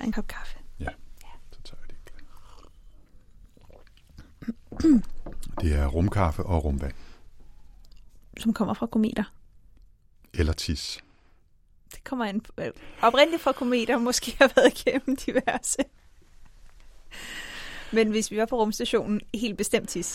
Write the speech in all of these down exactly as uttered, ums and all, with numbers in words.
tager en kop kaffe. Ja, så tager jeg det. Det er rumkaffe og rumvand. Som kommer fra kometer. Eller tis. Det kommer ind øh, oprindeligt fra kometer, måske har været igennem diverse. Men hvis vi var på rumstationen, helt bestemt tis.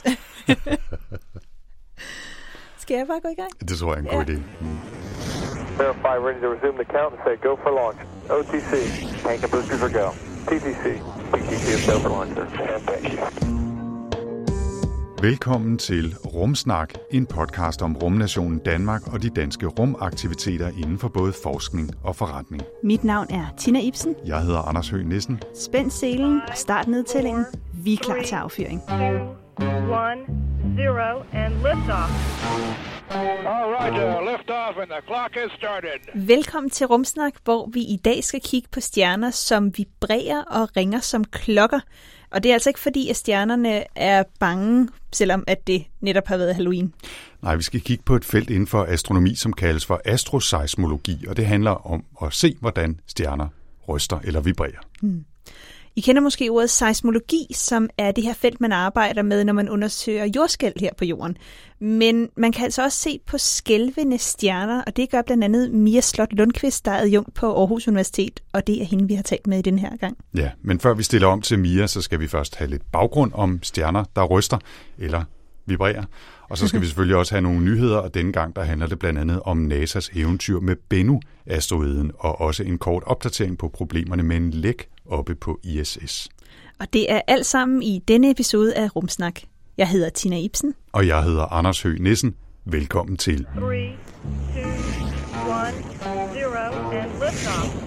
Skal jeg bare gå i gang? Det tror jeg er en god ja. idé. Mm. Verify, ready to resume the count and say go for launch. O T C, tank and boosters are go. T T C, T T C is go for launch, sir. And thank you. Velkommen til Rumsnak, en podcast om rumnationen Danmark og de danske rumaktiviteter inden for både forskning og forretning. Mit navn er Tina Ibsen. Jeg hedder Anders Høgh Nissen. Spænd selen og start nedtællingen. Vi er klar til affyring. one, zero, and liftoff. All right, uh, lift off and the clock has started. Velkommen til Rumsnak, hvor vi i dag skal kigge på stjerner, som vibrerer og ringer som klokker. Og det er altså ikke fordi, at stjernerne er bange, selvom at det netop har været Halloween. Nej, vi skal kigge på et felt inden for astronomi, som kaldes for astroseismologi, og det handler om at se, hvordan stjerner ryster eller vibrerer. Hmm. I kender måske ordet seismologi, som er det her felt, man arbejder med, når man undersøger jordskælv her på jorden. Men man kan altså også se på skælvende stjerner, og det gør blandt andet Mia Slot Lundqvist, der er adjunkt på Aarhus Universitet, og det er hende, vi har talt med i den her gang. Ja, men før vi stiller om til Mia, så skal vi først have lidt baggrund om stjerner, der ryster eller vibrerer. Og så skal vi selvfølgelig også have nogle nyheder, og denne gang der handler det blandt andet om NASAs eventyr med Bennu-asteroiden, og også en kort opdatering på problemerne med en læk oppe på I S S. Og det er alt sammen i denne episode af Rumsnak. Jeg hedder Tina Ibsen. Og jeg hedder Anders Høgh Nissen. Velkommen til. three, two, one, zero, and liftoff.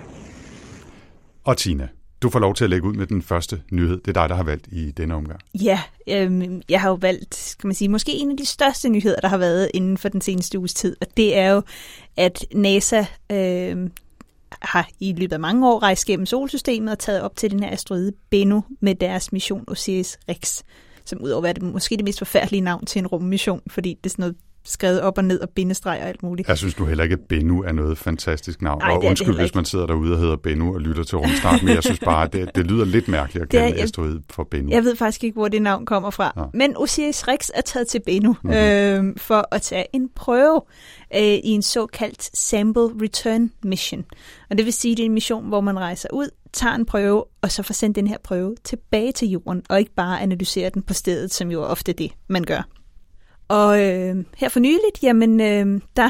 Og Tina, du får lov til at lægge ud med den første nyhed. Det er dig, der har valgt i denne omgang. Ja, øhm, jeg har jo valgt, skal man sige, måske en af de største nyheder, der har været inden for den seneste uges tid. Og det er jo, at NASA øh, har i løbet af mange år rejst gennem solsystemet og taget op til den her asteroide Bennu med deres mission OSIRIS-REx, som udover at det måske det mest forfærdelige navn til en rummission, fordi det er sådan noget skrevet op og ned og bindestreg og alt muligt. Jeg synes nu heller ikke, at Bennu er noget fantastisk navn. Ej, og undskyld, hvis man sidder derude og hedder Bennu og lytter til Rumsnak, men jeg synes bare, at det, det lyder lidt mærkeligt at kalde asteroide for Bennu. Jeg ved faktisk ikke, hvor det navn kommer fra. Ja. Men OSIRIS-REx er taget til Bennu mm-hmm. øh, for at tage en prøve øh, i en såkaldt Sample Return Mission. Og det vil sige, at det er en mission, hvor man rejser ud, tager en prøve, og så får sendt den her prøve tilbage til jorden, og ikke bare analyserer den på stedet, som jo er ofte det, man gør. Og øh, her for nyligt, jamen, øh, der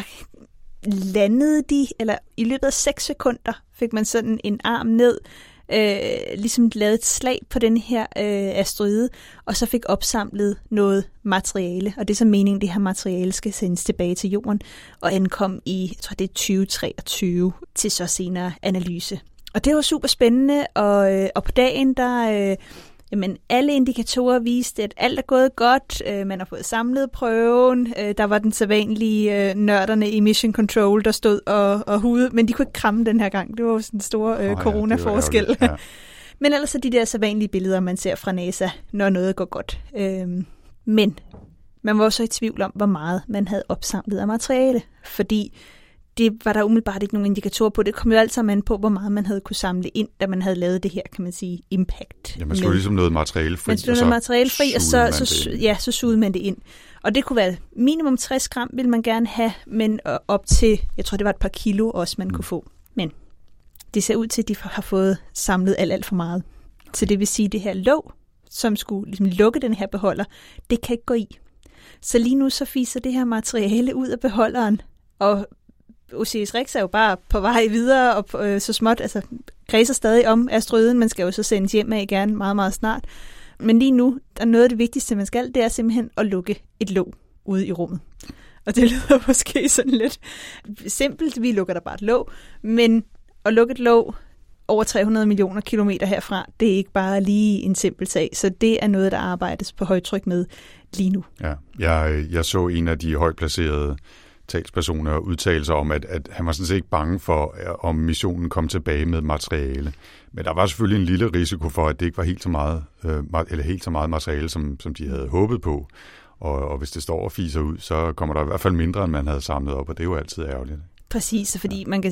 landede de, eller i løbet af seks sekunder fik man sådan en arm ned, øh, ligesom lavet et slag på den her øh, asteroide, og så fik opsamlet noget materiale. Og det er så meningen, at det her materiale skal sendes tilbage til jorden, og ankom i, jeg tror det er tyve treogtyve, til så senere analyse. Og det var super spændende, og, øh, og på dagen, der... Øh, Jamen, alle indikatorer viste, at alt er gået godt. Øh, man har fået samlet prøven. Øh, der var den sædvanlige øh, nørderne i Mission Control, der stod og, og hudede, men de kunne ikke kramme den her gang. Det var jo sådan en stor øh, oh, corona-forskel. Ja, ja. Men ellers er de der sædvanlige billeder, man ser fra NASA, når noget går godt. Øh, men man var også i tvivl om, hvor meget man havde opsamlet af materiale, fordi det var der umiddelbart ikke nogen indikatorer på. Det kom jo alt sammen an på, hvor meget man havde kunne samle ind, da man havde lavet det her, kan man sige, impact. Ja, man slog ligesom noget materialefri. Man slog noget materialefri, og så, så, ja, så sugede man det ind. Og det kunne være minimum tres gram, ville man gerne have, men op til, jeg tror det var et par kilo også, man mm. kunne få. Men det ser ud til, at de har fået samlet alt, alt for meget. Så det vil sige, at det her låg, som skulle ligesom lukke den her beholder, det kan ikke gå i. Så lige nu så fiser det her materiale ud af beholderen, og OSIRIS-REx er jo bare på vej videre og øh, så småt, altså kredser stadig om asteroiden, man skal jo så sendes hjem af gerne meget, meget snart. Men lige nu, der er noget af det vigtigste, man skal, det er simpelthen at lukke et låg ude i rummet. Og det lyder måske sådan lidt simpelt, vi lukker der bare et låg, men at lukke et låg over tre hundrede millioner kilometer herfra, det er ikke bare lige en simpel sag, så det er noget, der arbejdes på højtryk med lige nu. Ja, jeg, jeg så en af de højt placerede talspersoner udtale sig om, at, at han var sådan set ikke bange for, om missionen kom tilbage med materiale. Men der var selvfølgelig en lille risiko for, at det ikke var helt så meget, øh, eller helt så meget materiale, som, som de havde håbet på. Og, og hvis det står og fiser ud, så kommer der i hvert fald mindre, end man havde samlet op, og det er jo altid ærgerligt. Præcis, fordi ja. Man kan sige,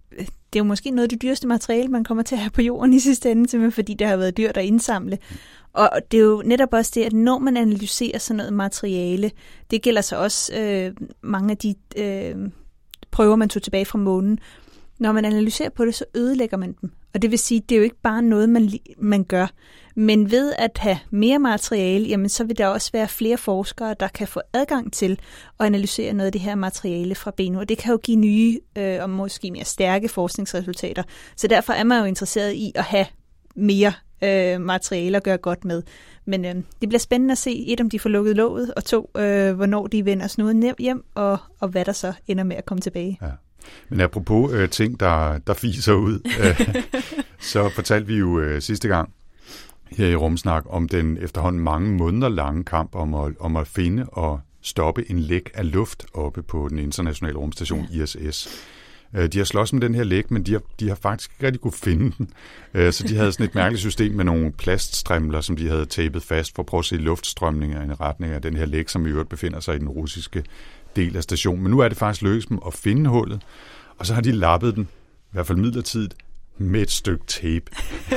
det er jo måske noget af det dyreste materiale, man kommer til at have på jorden i sidste ende, simpelthen fordi det har været dyrt at indsamle. Og det er jo netop også det, at når man analyserer sådan noget materiale, det gælder så også øh, mange af de øh, prøver, man tog tilbage fra månen. Når man analyserer på det, så ødelægger man dem. Og det vil sige, det er jo ikke bare noget, man, man gør. Men ved at have mere materiale, jamen, så vil der også være flere forskere, der kan få adgang til at analysere noget af det her materiale fra Bennu. Og det kan jo give nye øh, og måske mere stærke forskningsresultater. Så derfor er man jo interesseret i at have mere øh, materiale at gøre godt med. Men øh, det bliver spændende at se, et, om de får lukket låget, og to, øh, hvornår de vender snuden hjem, og, og hvad der så ender med at komme tilbage. Ja. Men apropos øh, ting, der, der fiser ud, øh, så fortalte vi jo øh, sidste gang her i Rumsnak om den efterhånden mange måneder lange kamp om at, om at finde og stoppe en læk af luft oppe på den internationale rumstation I S S. De har slås med den her læk, men de har, de har faktisk ikke rigtig kunne finde den. Så de havde sådan et mærkeligt system med nogle plaststrimler, som de havde tapet fast for at prøve at se luftstrømninger i retning af den her læk, som i øvrigt befinder sig i den russiske del af stationen. Men nu er det faktisk lykkedes dem at finde hullet, og så har de lappet den, i hvert fald midlertidigt, med et stykke tape.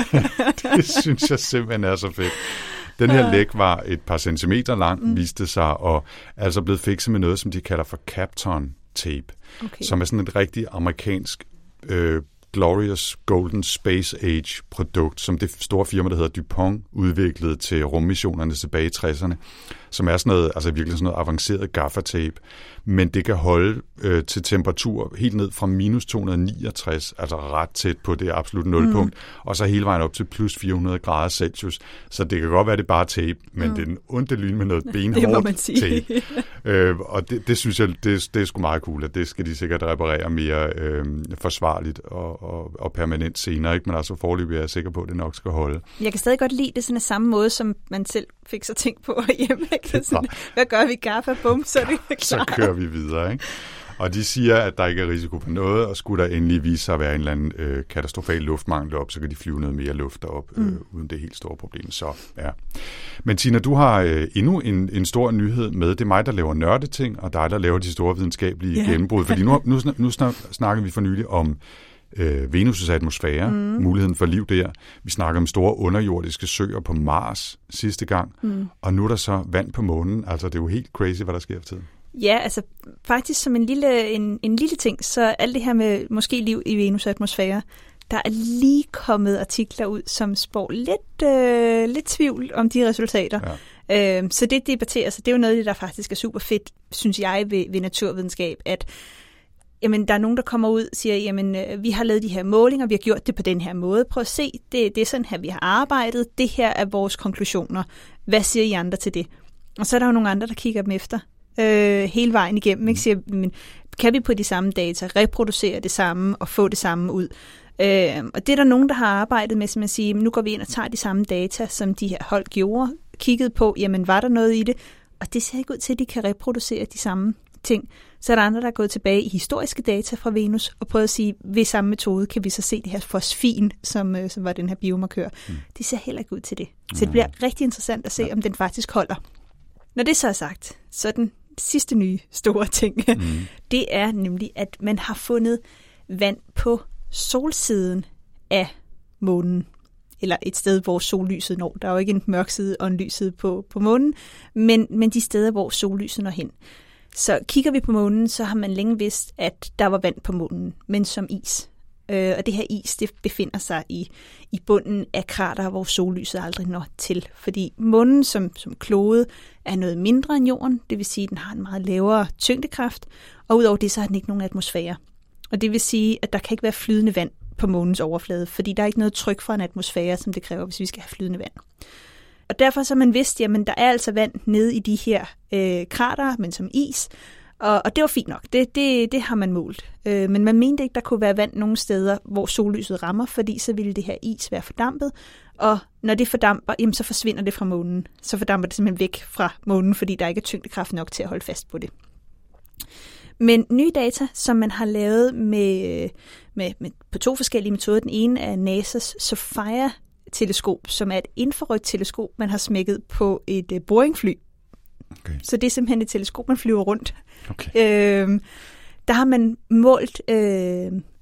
Det synes jeg simpelthen er så fedt. Den her læk var et par centimeter lang, mm. viste sig, og er altså blevet fikset med noget, som de kalder for Kapton tape, okay. som er sådan et rigtig amerikansk øh, Glorious Golden Space Age produkt, som det store firma, der hedder DuPont, udviklede til rummissionerne tilbage i tresserne, som er sådan noget, altså virkelig sådan noget avanceret gaffatape, men det kan holde øh, til temperatur helt ned fra minus to hundrede niogtres, altså ret tæt på det absolut nulpunkt, mm. og så hele vejen op til plus fire hundrede grader Celsius. Så det kan godt være, det er bare tape, men mm. det er en onde lyn med noget benhårdt tape. øh, og det, det synes jeg, det, det er sgu meget cool, at det skal de sikkert reparere mere øh, forsvarligt og, og, og permanent senere, ikke? Men altså foreløbig er jeg sikker på, at det nok skal holde. Jeg kan stadig godt lide det sådan af samme måde, som man selv fik så tænkt på hjemme. Sådan, hvad gør vi? Gaffa, bum, så er det klart. Så kører vi videre, ikke? Og de siger, at der ikke er risiko for noget, og skulle der endelig vise sig at være en eller anden øh, katastrofal luftmangel op, så kan de flyve noget mere luft op, øh, mm. uden det helt store problem. Så, ja. Men Tina, du har øh, endnu en, en stor nyhed med. Det er mig, der laver nørdeting, og dig, der laver de store videnskabelige yeah. gennembrud. Fordi nu, nu, nu snakker vi for nylig om øh, Venus' atmosfære, mm. muligheden for liv der. Vi snakker om store underjordiske søer på Mars sidste gang, mm. og nu er der så vand på månen. Altså, det er jo helt crazy, hvad der sker for tiden. Ja, altså faktisk som en lille, en, en lille ting, så alt det her med måske liv i Venus' atmosfære, der er lige kommet artikler ud, som spår lidt, øh, lidt tvivl om de resultater. Ja. Øh, så det debatteres, så det er jo noget, der faktisk er super fedt, synes jeg, ved, ved naturvidenskab, at jamen, der er nogen, der kommer ud og siger, jamen, vi har lavet de her målinger, vi har gjort det på den her måde. Prøv at se, det, det er sådan her, vi har arbejdet. Det her er vores konklusioner. Hvad siger I andre til det? Og så er der jo nogle andre, der kigger dem efter øh, hele vejen igennem. Ikke? Siger, men, kan vi på de samme data reproducere det samme og få det samme ud? Øh, og det er der nogen, der har arbejdet med, som at sige, nu går vi ind og tager de samme data, som de her hold gjorde, kigget på, jamen var der noget i det? Og det ser ikke ud til, at de kan reproducere de samme ting. Så er der andre, der er gået tilbage i historiske data fra Venus og prøvet at sige, ved samme metode kan vi så se det her fosfin, som, øh, som var den her biomarkør. Mm. Det ser heller ikke ud til det. Så det bliver rigtig interessant at se, ja. om den faktisk holder. Når det så er sagt, så den sidste nye store ting, mm. det er nemlig, at man har fundet vand på solsiden af månen. Eller et sted, hvor sollyset når. Der er jo ikke en mørk side og en lys side på, på månen, men, men de steder, hvor sollyset når hen. Så kigger vi på månen, så har man længe vidst, at der var vand på månen, men som is. Øh, og det her is, det befinder sig i, i bunden af krater, hvor sollyset aldrig når til. Fordi månen som, som klode er noget mindre end jorden, det vil sige, at den har en meget lavere tyngdekraft, og udover det, så har den ikke nogen atmosfære. Og det vil sige, at der kan ikke være flydende vand på månens overflade, fordi der er ikke noget tryk fra en atmosfære, som det kræver, hvis vi skal have flydende vand. Og derfor så har man vidst, at der er altså vand nede i de her øh, krater, men som is. Og, og det var fint nok. Det, det, det har man målt. Øh, men man mente ikke, der kunne være vand nogle steder, hvor sollyset rammer, fordi så ville det her is være fordampet. Og når det fordamper, jamen, så forsvinder det fra månen. Så fordamper det simpelthen væk fra månen, fordi der ikke er tyngdekraft nok til at holde fast på det. Men nye data, som man har lavet med, med, med, på to forskellige metoder. Den ene er NASA's SOFIA teleskop, som er et infrarødt teleskop, man har smækket på et uh, Boeing-fly. Okay. Så det er simpelthen et teleskop, man flyver rundt. Okay. Øhm, der har man målt øh,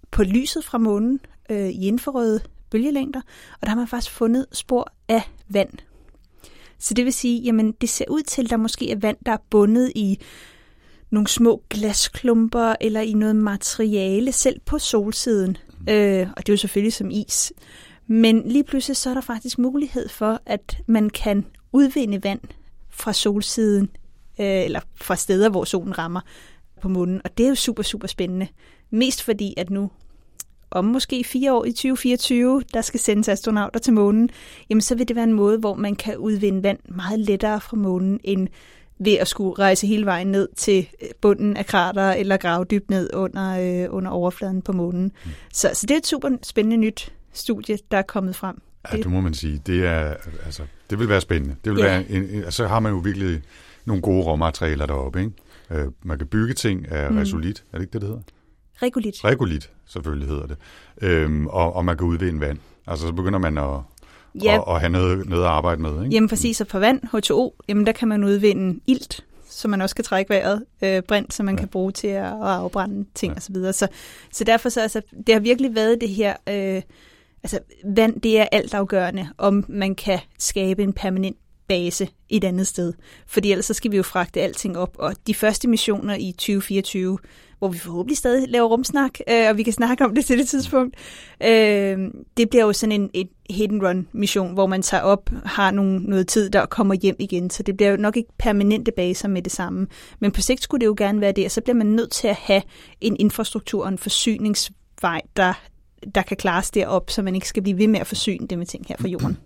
på lyset fra månen øh, i infrarøde bølgelængder, og der har man faktisk fundet spor af vand. Så det vil sige, jamen det ser ud til, at der måske er vand, der er bundet i nogle små glasklumper eller i noget materiale, selv på solsiden. Øh, og det er jo selvfølgelig som is. Men lige pludselig så er der faktisk mulighed for, at man kan udvinde vand fra solsiden, øh, eller fra steder, hvor solen rammer på månen. Og det er jo super, super spændende. Mest fordi, at nu om måske fire år i tyve fireogtyve, der skal sendes astronauter til månen, jamen så vil det være en måde, hvor man kan udvinde vand meget lettere fra månen, end ved at skulle rejse hele vejen ned til bunden af krater eller grave dybt ned under, øh, under overfladen på månen. Mm. Så, så det er et super spændende nyt studie, der er kommet frem. Ja, det må man sige. Det, er, altså, det vil være spændende. Det vil ja. være en, en, altså, så har man jo virkelig nogle gode råmaterialer deroppe. Ikke? Øh, man kan bygge ting af mm. resolit. Er det ikke det, det hedder? Regolit. Regolit, selvfølgelig hedder det. Øhm, og, og man kan udvinde vand. Altså, så begynder man at, ja. at, at have noget, noget at arbejde med. Ikke? Jamen præcis, og på vand, H to O, jamen der kan man udvinde ilt, så man også kan trække vejret, øh, brint, så man ja. kan bruge til at, at afbrænde ting ja. osv. Så, så, så derfor så, altså, det har virkelig været det her, øh, altså vand, det er altafgørende, om man kan skabe en permanent base et andet sted. Fordi ellers så skal vi jo fragte alting op, og de første missioner i tyve fireogtyve, hvor vi forhåbentlig stadig laver rumsnak, øh, og vi kan snakke om det til det tidspunkt, øh, det bliver jo sådan en et hit-and-run-mission, hvor man tager op, har nogle, noget tid, der kommer hjem igen, så det bliver jo nok ikke permanente baser med det samme. Men på sigt skulle det jo gerne være det, og så bliver man nødt til at have en infrastruktur og en forsyningsvej, der, der kan klares derop, så man ikke skal blive ved med at forsyne det med ting her fra jorden.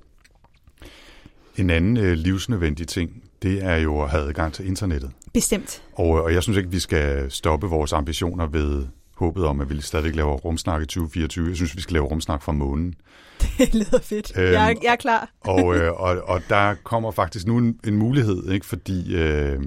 En anden øh, livsnødvendig ting, det er jo at have adgang til internettet. Bestemt. Og, og jeg synes ikke, vi skal stoppe vores ambitioner ved håbet om, at vi stadigvæk laver rumsnak i tyve fireogtyve. Jeg synes, vi skal lave rumsnak fra månen. Det lyder fedt. Øhm, jeg, er, jeg er klar. og, øh, og, og der kommer faktisk nu en, en mulighed, ikke, fordi øh,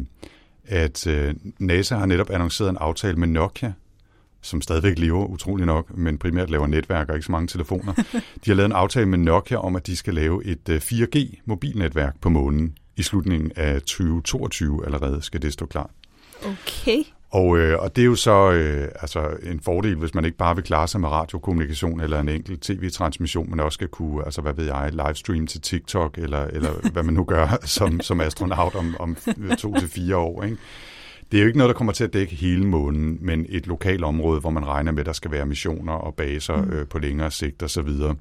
at øh, NASA har netop annonceret en aftale med Nokia, som stadigvæk lever utrolig nok, men primært laver netværk og ikke så mange telefoner. De har lavet en aftale med Nokia om, at de skal lave et fire G mobilnetværk på månen. I slutningen af tyve toogtyve allerede skal det stå klart. Okay. Og, øh, og det er jo så øh, altså en fordel, hvis man ikke bare vil klare sig med radiokommunikation eller en enkelt tv-transmission, men også skal kunne, altså hvad ved jeg, livestream til TikTok, eller, eller hvad man nu gør som, som astronaut om, om to til fire år, ikke? Det er jo ikke noget, der kommer til at dække hele månen, men et lokalt område, hvor man regner med, at der skal være missioner og baser mm. øh, på længere sigt og så videre.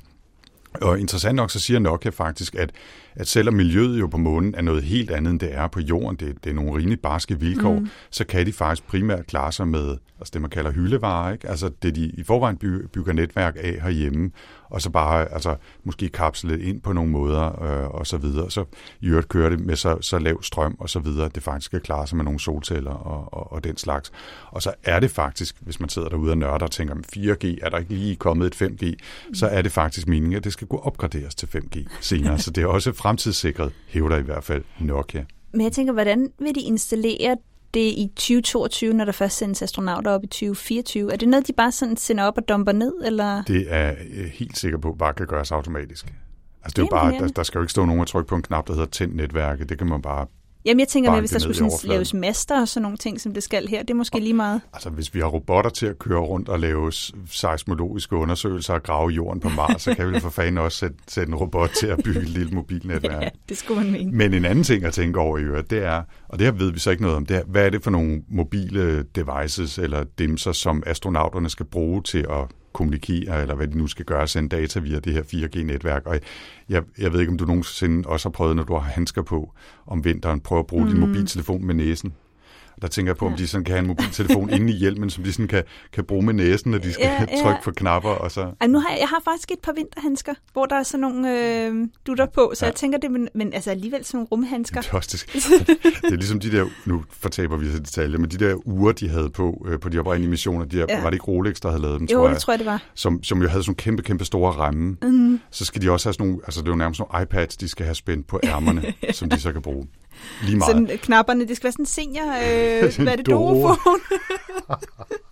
Og interessant nok, så siger Nokia faktisk, at, at selvom miljøet jo på månen er noget helt andet, end det er på jorden, det, det er nogle rimelig barske vilkår, mm. så kan de faktisk primært klare sig med altså det, man kalder hyldevarer, ikke? Altså det, de i forvejen by, bygger netværk af herhjemme, og så bare altså, måske kapsle ind på nogle måder, øh, og så videre. Så i øvrigt kører det med så, så lav strøm, og så videre, at det faktisk skal klare sig med nogle solceller og, og, og den slags. Og så er det faktisk, hvis man sidder derude og nørder og tænker, fire G, er der ikke lige kommet et fem G, mm. så er det faktisk meningen, at det skal gå opgraderes til fem G senere. Så det er også fremtidssikret, hævder i hvert fald Nokia. Men jeg tænker, hvordan vil de installere det i tyve toogtyve, når der først sendes astronauter op i tyve fireogtyve? Er det noget, de bare sådan sender op og dumper ned? Eller? Det er jeg helt sikker på, bare kan gøres automatisk. Altså det er jo bare, der, der skal jo ikke stå nogen og trykke på en knap, der hedder tænd netværket. Det kan man bare Jamen jeg tænker med, hvis der skulle sådan laves master og sådan nogle ting, som det skal her, det er måske lige meget. Altså hvis vi har robotter til at køre rundt og lave seismologiske undersøgelser og grave jorden på Mars, så kan vi for fanden også sætte, sætte en robot til at bygge et lille mobilnetværk. Ja, det skulle man mene. Men en anden ting at tænke over i øvrigt, det er, og det her ved vi så ikke noget om, det er, hvad er det for nogle mobile devices eller dimser, som astronauterne skal bruge til at kommunikere, eller hvad de nu skal gøre, sende data via det her fire G-netværk. Og jeg, jeg ved ikke, om du nogensinde også har prøvet, når du har handsker på om vinteren, prøve at bruge mm. din mobiltelefon med næsen. Der tænker jeg på, om de sådan kan have en mobiltelefon inde i hjelmen, som de sådan kan, kan bruge med næsen, når de skal ja, ja. trykke på knapper. Og så. Ej, nu har jeg, jeg har faktisk et par vinterhandsker, hvor der er sådan nogle øh, dutter på, så ja. jeg tænker det, men, men altså alligevel sådan nogle rumhandsker. Det er, også, det, det er ligesom de der, nu fortaber vi sig detaljer, men de der uger, de havde på, øh, på de oprindelige missioner, de der, ja. var det ikke Rolex, der havde lavet dem, jo, tror jeg? Jo, det tror jeg, det var. Som, som jo havde sådan kæmpe, kæmpe store ramme. Mm. Så skal de også have sådan nogle, altså det er jo nærmest nogle iPads, de skal have spændt på ærmerne, ja. som de så kan bruge. Lige meget. Sådan knapperne, det skal være sådan en senior, øh, hvad er det, dorofon?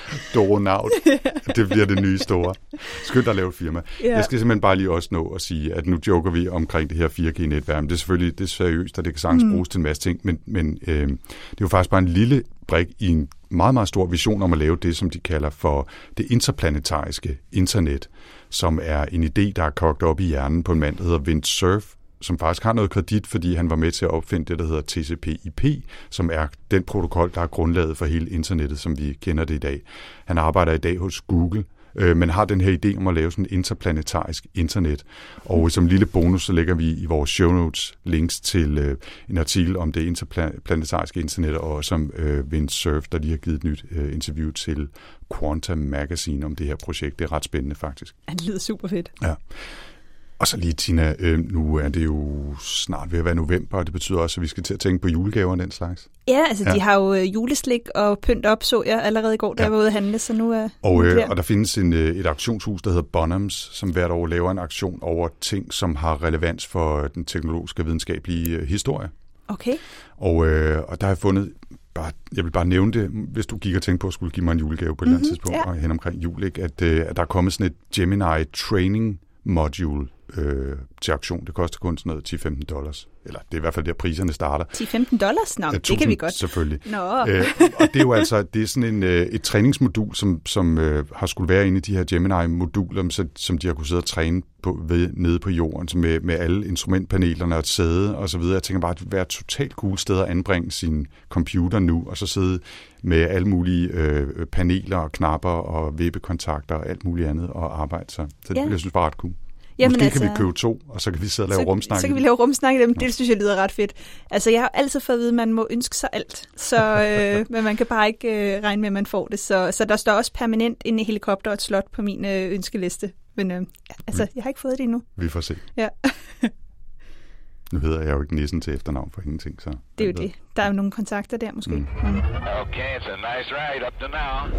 Doronaut. Det bliver det nye store. Skynd dig at lave et firma. Ja. Jeg skal simpelthen bare lige også nå at sige, at nu joker vi omkring det her fire G-netværk. Det er selvfølgelig det er seriøst, og det kan sagtens mm. bruges til en masse ting, men, men øh, det er jo faktisk bare en lille brik i en meget, meget stor vision om at lave det, som de kalder for det interplanetariske internet, som er en idé, der er kogt op i hjernen på en mand, der hedder Vint Cerf, som faktisk har noget kredit, fordi han var med til at opfinde det, der hedder T C P I P, som er den protokol, der er grundlaget for hele internettet, som vi kender det i dag. Han arbejder i dag hos Google, øh, men har den her idé om at lave sådan en interplanetarisk internet. Og som lille bonus, så lægger vi i vores show notes links til øh, en artikel om det interplanetariske internet, og som øh, Vint Cerf, der lige har givet et nyt øh, interview til Quantum Magazine om det her projekt. Det er ret spændende, faktisk. Det lyder super fedt. Ja. Og så lige, Tina, øh, nu er det jo snart ved at være november, og det betyder også, at vi skal til at tænke på julegaver og den slags. Ja, altså ja. De har jo juleslik og pynt op, så jeg allerede i går, da ja. jeg var ude at handle, så nu er og, øh, og der findes en, et auktionshus, der hedder Bonhams, som hvert år laver en auktion over ting, som har relevans for den teknologiske og videnskabelige historie. Okay. Og, øh, og der har jeg fundet, bare, jeg vil bare nævne det, hvis du gik og tænkte på at skulle give mig en julegave på et mm-hmm, eller andet tidspunkt, ja. og hen omkring jul, ikke, at, øh, at der er kommet sådan et Gemini Training Module øh, til auktion. Det koster kun sådan noget ti til femten dollars. Eller det er i hvert fald der priserne starter. ti til femten dollars? Nå, ja, tusind, det kan vi godt. Selvfølgelig. Nå. Øh, og det er jo altså det er sådan en, øh, et træningsmodul, som, som øh, har skulle være inde i de her Gemini-moduler, som, som de har kunne sidde og træne på, ved, nede på jorden, så med, med alle instrumentpanelerne og et sæde og så videre. Jeg tænker bare, at det vil være et totalt cool sted at anbringe sin computer nu, og så sidde med alle mulige øh, paneler og knapper og vippekontakter og alt muligt andet og arbejde. Så, så det ja. jeg synes bare ret cool. Jamen Måske altså, kan vi købe to, og så kan vi sidde og lave så, rumsnak. Så kan vi lave rumsnak i dem. Det synes jeg lyder ret fedt. Altså, jeg har altid fået at vide, at man må ønske sig alt. Så, øh, men man kan bare ikke øh, regne med, at man får det. Så, så der står også permanent en helikopter og et slot på min øh, ønskeliste. Men øh, altså, jeg har ikke fået det endnu. Vi får se. Ja. Nu hedder jeg jo ikke Nissen til efternavn for ingenting, så... Det er jo det. Der er jo nogle kontakter der, måske. Mm. Mm. Okay, it's a nice ride up to now.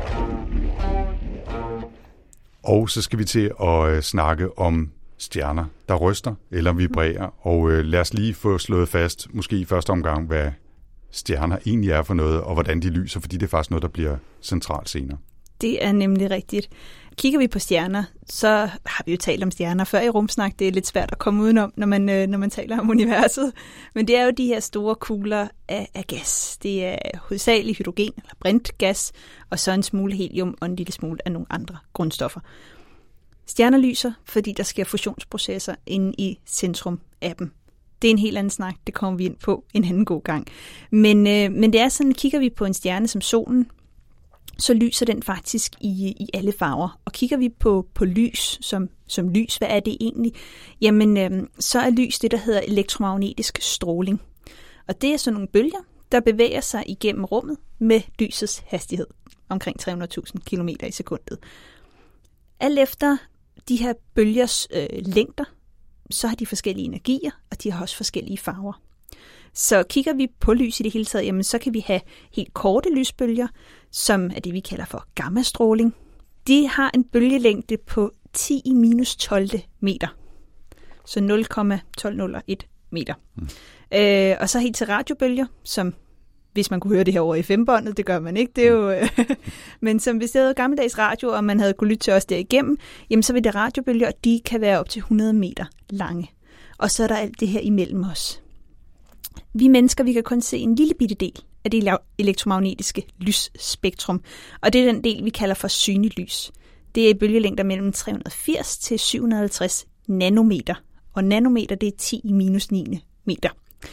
Og så skal vi til at øh, snakke om stjerner, der ryster eller vibrerer. Mm. Og øh, lad os lige få slået fast, måske i første omgang, hvad stjerner egentlig er for noget, og hvordan de lyser, fordi det er faktisk noget, der bliver centralt senere. Det er nemlig rigtigt. Kigger vi på stjerner, så har vi jo talt om stjerner før i Rumsnak. Det er lidt svært at komme udenom, når man, når man taler om universet. Men det er jo de her store kugler af, af gas. Det er hovedsageligt hydrogen eller brintgas, og så en smule helium og en lille smule af nogle andre grundstoffer. Stjerner lyser, fordi der sker fusionsprocesser inde i centrum af dem. Det er en helt anden snak, det kommer vi ind på en anden god gang. Men, øh, men det er sådan, kigger vi på en stjerne som solen, så lyser den faktisk i, i alle farver. Og kigger vi på, på lys som, som lys, hvad er det egentlig? Jamen, øh, så er lys det, der hedder elektromagnetisk stråling. Og det er sådan nogle bølger, der bevæger sig igennem rummet med lysets hastighed, omkring tre hundrede tusind kilometer i sekundet. Alt efter de her bølgers øh, længder, så har de forskellige energier, og de har også forskellige farver. Så kigger vi på lys i det hele taget, jamen, så kan vi have helt korte lysbølger, som er det, vi kalder for gammastråling. De har en bølgelængde på ti i minus tolv meter. Så nul komma tolv nul et meter. Mm. Øh, og så helt til radiobølger, som hvis man kunne høre det her over F M-båndet, det gør man ikke, det er jo, øh, men som hvis det havde gammeldags radio, og man havde kunne lytte til os derigennem, jamen så vil det radiobølger, og de kan være op til hundrede meter lange. Og så er der alt det her imellem os. Vi mennesker, vi kan kun se en lille bitte del af det elektromagnetiske lysspektrum, og det er den del, vi kalder for synligt lys. Det er i bølgelængder mellem tre hundrede og firs til syv hundrede og halvtreds nanometer, og nanometer, det er ti i minus ni meter.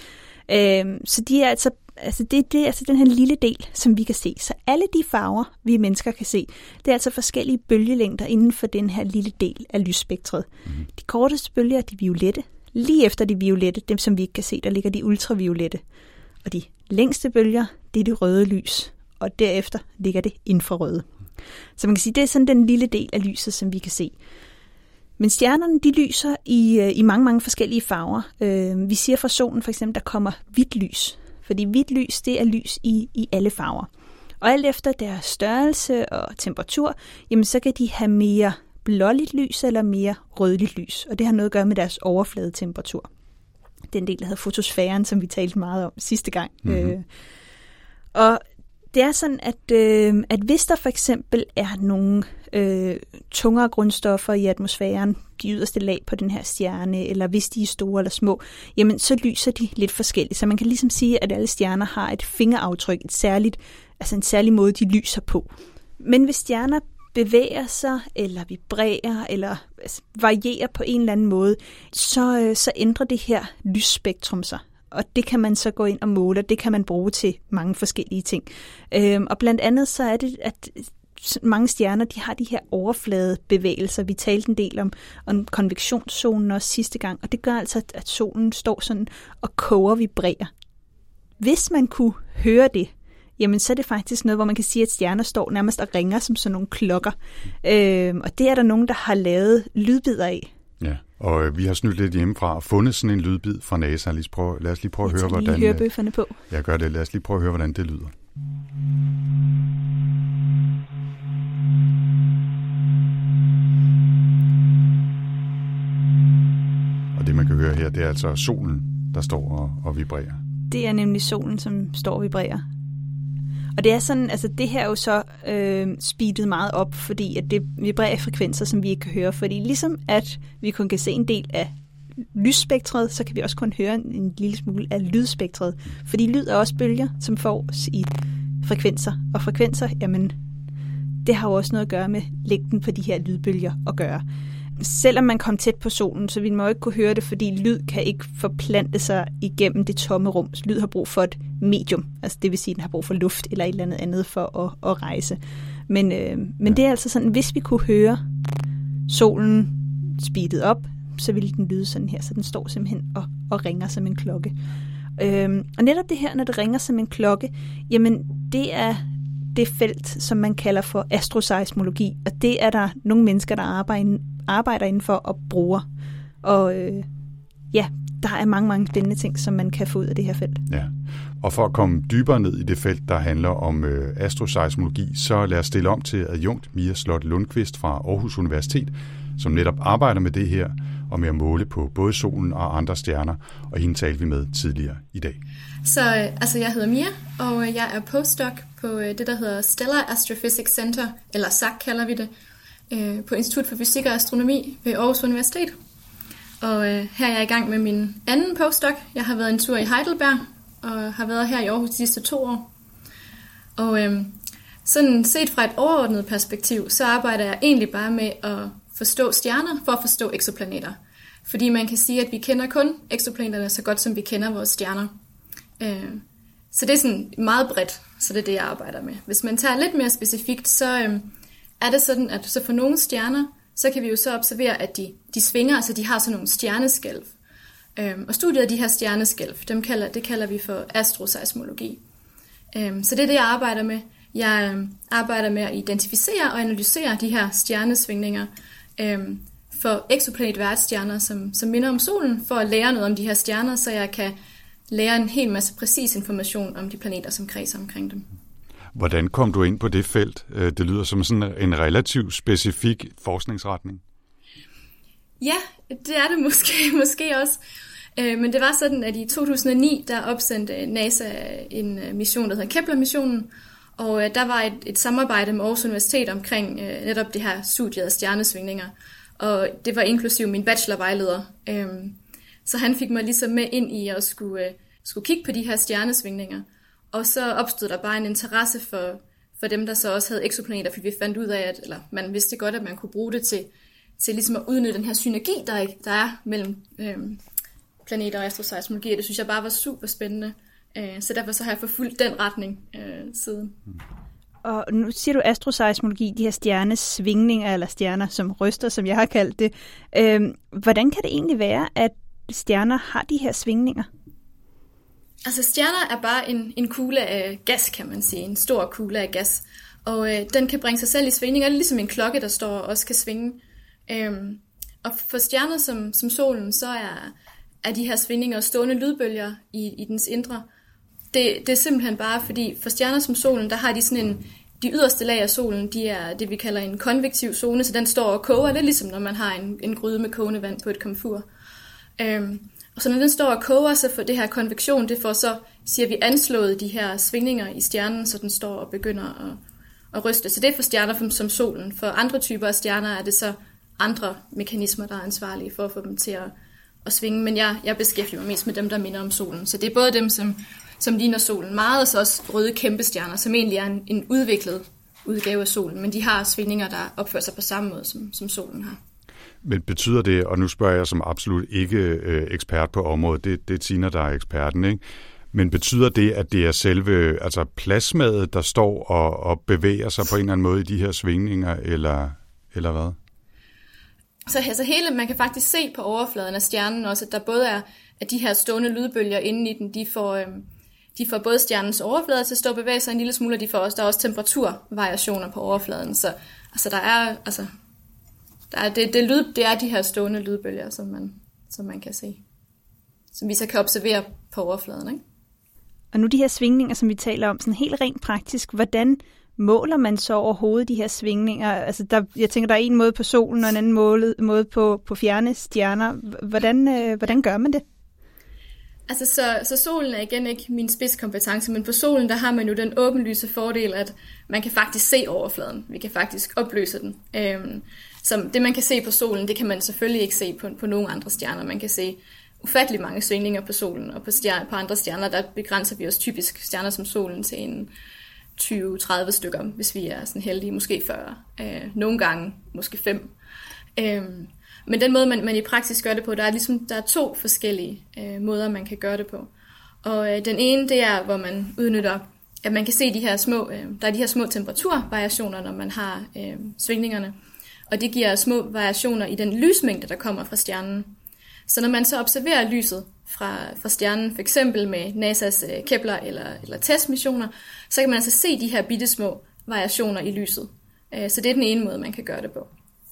Øhm, så de er altså, altså det, det er altså den her lille del, som vi kan se. Så alle de farver, vi mennesker kan se, det er altså forskellige bølgelængder inden for den her lille del af lysspektret. Mm. De korteste bølger er de violette. Lige efter de violette, dem som vi ikke kan se, der ligger de ultraviolette. Og de længste bølger, det er det røde lys. Og derefter ligger det infrarøde. Så man kan sige, det er sådan den lille del af lyset, som vi kan se. Men stjernerne, de lyser i, i mange, mange forskellige farver. Øh, vi siger fra solen for eksempel, der kommer hvidt lys. Fordi hvidt lys, det er lys i, i alle farver. Og alt efter deres størrelse og temperatur, jamen så kan de have mere blåligt lys eller mere rødligt lys. Og det har noget at gøre med deres overfladetemperatur. Den del, der hedder fotosfæren, som vi talte meget om sidste gang. Mm-hmm. Øh, og Det er sådan, at, øh, at hvis der for eksempel er nogle øh, tungere grundstoffer i atmosfæren, de yderste lag på den her stjerne, eller hvis de er store eller små, jamen så lyser de lidt forskelligt. Så man kan ligesom sige, at alle stjerner har et fingeraftryk, et særligt, altså en særlig måde, de lyser på. Men hvis stjerner bevæger sig, eller vibrerer, eller altså, varierer på en eller anden måde, så, øh, så ændrer det her lysspektrum sig. Og det kan man så gå ind og måle, og det kan man bruge til mange forskellige ting. Øhm, og blandt andet så er det, at mange stjerner, de har de her overfladebevægelser. Vi talte en del om, om konvektionszonen også sidste gang, og det gør altså, at, at solen står sådan og koger, vibrerer. Hvis man kunne høre det, jamen så er det faktisk noget, hvor man kan sige, at stjerner står nærmest og ringer som sådan nogle klokker. Øhm, og det er der nogen, der har lavet lydbidder af. Ja, og øh, vi har snydt lidt hjemmefra og fundet sådan en lydbid fra NASA. Lad os, prøve, lad os lige prøve at høre, hvordan... Jeg tager lige på. Jeg gør det. Lad os lige prøve at høre, hvordan det lyder. Og det, man kan høre her, det er altså solen, der står og, og vibrerer. Det er nemlig solen, som står og vibrerer. Og det er sådan, altså det her er jo så øh, speedet meget op, fordi at det vibrerer frekvenser, som vi ikke kan høre. Fordi ligesom at vi kun kan se en del af lysspektret, så kan vi også kun høre en, en lille smule af lydspektret. Fordi lyd er også bølger, som får i frekvenser. Og frekvenser, jamen, det har jo også noget at gøre med længden på de her lydbølger at gøre. Selvom man kom tæt på solen, så ville man jo ikke kunne høre det, fordi lyd kan ikke forplante sig igennem det tomme rum. Lyd har brug for et medium, altså det vil sige, at den har brug for luft eller et eller andet andet for at, at rejse. Men, øh, men ja. Det er altså sådan, hvis vi kunne høre solen speedet op, så ville den lyde sådan her, så den står simpelthen og, og ringer som en klokke. Øhm, og netop det her, når det ringer som en klokke, jamen det er det felt, som man kalder for astroseismologi, og det er der nogle mennesker, der arbejder, arbejder inden for og bruger. Og øh, ja, der er mange, mange spændende ting, som man kan få ud af det her felt. Ja, og for at komme dybere ned i det felt, der handler om øh, astroseismologi, så lad os stille om til adjunkt Mia Slot Lundqvist fra Aarhus Universitet, som netop arbejder med det her, og med at måle på både solen og andre stjerner, og hende talte vi med tidligere i dag. Så altså, jeg hedder Mia, og jeg er postdoc på det, der hedder Stellar Astrophysics Center, eller S A C kalder vi det, på Institut for Fysik og Astronomi ved Aarhus Universitet. Og her er jeg i gang med min anden postdoc. Jeg har været en tur i Heidelberg, og har været her i Aarhus de sidste to år. Og øhm, sådan set fra et overordnet perspektiv, så arbejder jeg egentlig bare med at forstå stjerner for at forstå eksoplaneter. Fordi man kan sige, at vi kender kun eksoplaneterne så godt, som vi kender vores stjerner. Øh, så det er sådan meget bredt, så det er det, jeg arbejder med. Hvis man tager lidt mere specifikt, så øh, er det sådan, at så for nogle stjerner, så kan vi jo så observere, at de, de svinger, altså de har sådan nogle stjerneskælv. Øh, og studiet af de her stjerneskælv, dem kalder, det kalder vi for astroseismologi. Øh, så det er det, jeg arbejder med. Jeg øh, arbejder med at identificere og analysere de her stjernesvingninger øh, for exoplanet-værtsstjerner, som, som minder om solen, for at lære noget om de her stjerner, så jeg kan lære en hel masse præcis information om de planeter, som kredser omkring dem. Hvordan kom du ind på det felt? Det lyder som sådan en relativt specifik forskningsretning. Ja, det er det måske, måske også. Men det var sådan, at i to tusind og ni, der opsendte NASA en mission, der hedder Kepler-missionen, og der var et, et samarbejde med Aarhus Universitet omkring netop det her studie af stjernesvingninger, og det var inklusiv min bachelorvejleder. Så han fik mig ligesom med ind i at skulle, skulle kigge på de her stjernesvingninger. Og så opstod der bare en interesse for, for dem, der så også havde eksoplaneter, fordi vi fandt ud af, at eller man vidste godt, at man kunne bruge det til, til ligesom at udnytte den her synergi, der er, der er mellem øhm, planeter og astroseismologi. Og det synes jeg bare var super spændende. Øh, så derfor så har jeg forfulgt den retning øh, siden. Og nu siger du astroseismologi, de her stjernesvingninger, eller stjerner som ryster, som jeg har kaldt det. Øh, hvordan kan det egentlig være, at stjerner har de her svingninger? Altså stjerner er bare en, en kugle af gas, kan man sige. En stor kugle af gas. Og øh, den kan bringe sig selv i svingninger. Det er ligesom en klokke, der står og også kan svinge. Øhm, og for stjerner som, som solen, så er, er de her svingninger stående lydbølger i, i dens indre. Det, det er simpelthen bare, fordi for stjerner som solen, der har de sådan en... De yderste lag af solen, de er det, vi kalder en konvektiv zone, så den står og koger. Det er ligesom, når man har en, en gryde med kogende vand på et komfur. Øhm, Og så når den står og koger, så får det her konvektion, det får så, siger vi, anslået de her svingninger i stjernen, så den står og begynder at, at ryste. Så det er for stjerner som solen. For andre typer af stjerner er det så andre mekanismer, der er ansvarlige for at få dem til at, at svinge. Men jeg, jeg beskæftiger mig mest med dem, der minder om solen. Så det er både dem, som, som ligner solen meget, og så også røde kæmpestjerner, som egentlig er en, en udviklet udgave af solen. Men de har svingninger, der opfører sig på samme måde, som, som solen har. Men betyder det, og nu spørger jeg som absolut ikke øh, ekspert på området, det, det er Tina, der er eksperten, ikke? Men betyder det, at det er selve altså plasmaet, der står og, og bevæger sig på en eller anden måde i de her svingninger, eller, eller hvad? Så altså hele, man kan faktisk se på overfladen af stjernen også, at der både er at de her stående lydbølger inde i den, de får, øh, de får både stjernens overflade til at stå og bevæge sig en lille smule, og de får også, der er også temperaturvariationer på overfladen. Så altså, der er... Altså, Der er, det, det, lyd, det er de her stående lydbølger, som man, som man kan se. Som vi så kan observere på overfladen, ikke? Og nu de her svingninger, som vi taler om, sådan helt rent praktisk, hvordan måler man så overhovedet de her svingninger? Altså der, jeg tænker, der er en måde på solen, og en anden måde, måde på, på fjerne stjerner. Hvordan, øh, hvordan gør man det? Altså, så, så solen er igen ikke min spidskompetence, men på solen, der har man jo den åbenlyse fordel, at man kan faktisk se overfladen. Vi kan faktisk opløse den. Øhm, som det, man kan se på solen, det kan man selvfølgelig ikke se på, på nogen andre stjerner. Man kan se ufattelig mange svingninger på solen, og på, stjerne, på andre stjerner, der begrænser vi os typisk stjerner som solen til en tyve til tredive stykker, hvis vi er sådan heldige, måske fyrre. Øh, nogle gange, måske fem. Øhm, Men den måde, man, man i praksis gør det på, der er ligesom der er to forskellige øh, måder, man kan gøre det på. Og øh, den ene, det er, hvor man udnytter, at man kan se de her små, øh, der er de her små temperaturvariationer, når man har øh, svingningerne. Og det giver små variationer i den lysmængde, der kommer fra stjernen. Så når man så observerer lyset fra, fra stjernen, for eksempel med NASA's øh, Kepler eller, eller TESS-missioner, så kan man altså se de her bittesmå variationer i lyset. Øh, så det er den ene måde, man kan gøre det på.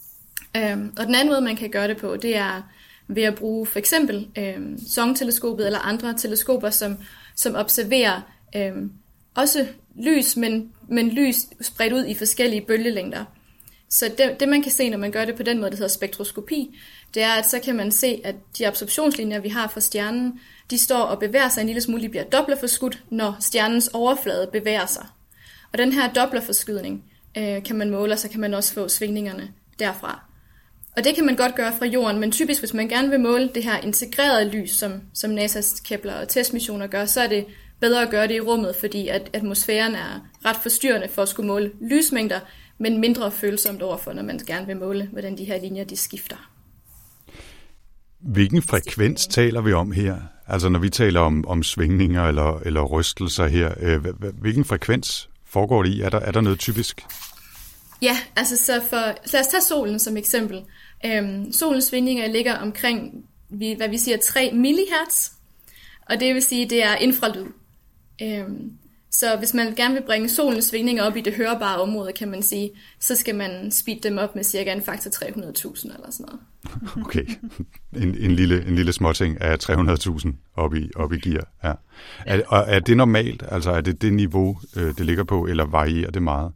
Øhm, og den anden måde, man kan gøre det på, det er ved at bruge for eksempel øhm, Song-teleskopet eller andre teleskoper, som, som observerer øhm, også lys, men, men lys spredt ud i forskellige bølgelængder. Så det, det, man kan se, når man gør det på den måde, det hedder spektroskopi, det er, at så kan man se, at de absorptionslinjer, vi har fra stjernen, de står og bevæger sig en lille smule, de bliver dobblerforskudt, når stjernens overflade bevæger sig. Og den her dobblerforskydning øh, kan man måle, og så kan man også få svingningerne derfra. Og det kan man godt gøre fra jorden, men typisk, hvis man gerne vil måle det her integrerede lys, som, som NASA's Kepler og TESS-missioner gør, så er det bedre at gøre det i rummet, fordi at atmosfæren er ret forstyrrende for at skulle måle lysmængder, men mindre følsomt overfor, når man gerne vil måle, hvordan de her linjer de skifter. Hvilken frekvens taler vi om her? Altså når vi taler om, om svingninger eller, eller rystelser her, øh, hvilken frekvens foregår det i? Er der, er der noget typisk? Ja, altså så for, lad os tage solen som eksempel. Øhm, solens svingninger ligger omkring, hvad vi siger, tre millihertz, og det vil sige, det er infralyd. Øhm, så hvis man gerne vil bringe solens svingninger op i det hørbare område, kan man sige, så skal man speede dem op med cirka en faktor tre hundrede tusind eller sådan noget. Okay, en, en lille, en lille småting af tre hundrede tusind op i, op i gear. Ja. Er, og er det normalt? Altså er det det niveau, det ligger på, eller varierer det meget?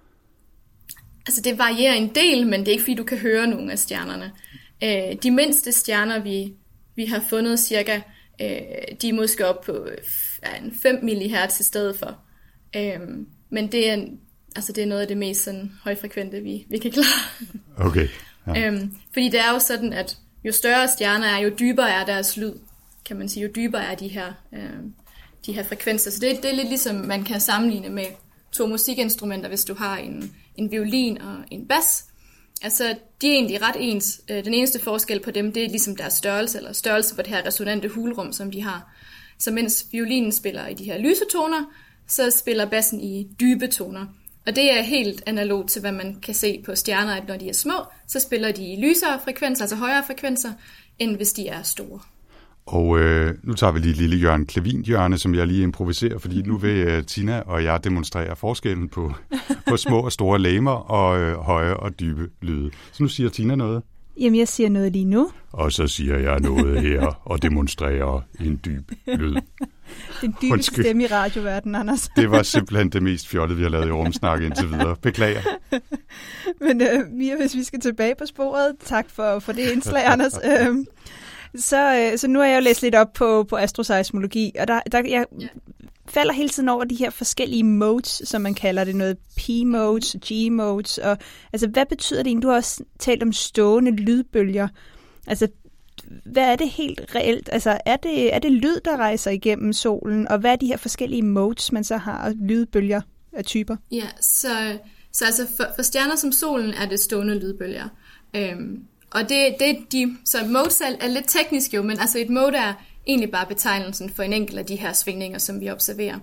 Altså det varierer en del, men det er ikke fordi, du kan høre nogle af stjernerne. Øh, de mindste stjerner, vi, vi har fundet cirka, øh, de er måske op på ja, fem millihertz i stedet for. Øh, men det er, altså det er noget af det mest sådan, højfrekvente, vi, vi kan klare. Okay. Ja. Øh, fordi det er jo sådan, at jo større stjerner er, jo dybere er deres lyd, kan man sige. Jo dybere er de her, øh, de her frekvenser. Så det, det er lidt ligesom, man kan sammenligne med to musikinstrumenter, hvis du har en, en violin og en bas. Altså, de er egentlig ret ens. Den eneste forskel på dem, det er ligesom deres størrelse, eller størrelse på det her resonante hulrum, som de har. Så mens violinen spiller i de her lyse toner, så spiller bassen i dybe toner. Og det er helt analogt til, hvad man kan se på stjerner, at når de er små, så spiller de i lysere frekvenser, altså højere frekvenser, end hvis de er store. Og øh, nu tager vi lige et lille Jørgen Klevin-hjørne, som jeg lige improviserer, fordi nu vil øh, Tina og jeg demonstrere forskellen på, på små og store legemer og øh, høje og dybe lyde. Så nu siger Tina noget. Jamen, jeg siger noget lige nu. Og så siger jeg noget her og demonstrerer en dyb lyd. Den dybeste stemme i radioverdenen, Anders. Det var simpelthen det mest fjollede, vi har lavet i Rumsnak indtil videre. Beklager. Men øh, Mia, hvis vi skal tilbage på sporet, tak for, for det indslag, Anders. Øh, så, så nu har jeg jo læst lidt op på, på astroseismologi, og der, der jeg yeah. falder hele tiden over de her forskellige modes, som man kalder det, noget P-modes, G-modes, og altså, hvad betyder det egentlig? Du har også talt om stående lydbølger. Altså, hvad er det helt reelt? Altså, er det, er det lyd, der rejser igennem solen, og hvad er de her forskellige modes, man så har, lydbølger af typer? Ja, så, så altså for, for stjerner som solen er det stående lydbølger. Øhm, og det, det de, så modes er, er lidt teknisk jo, men altså et mode er egentlig bare betegnelsen for en enkelt af de her svingninger, som vi observerer.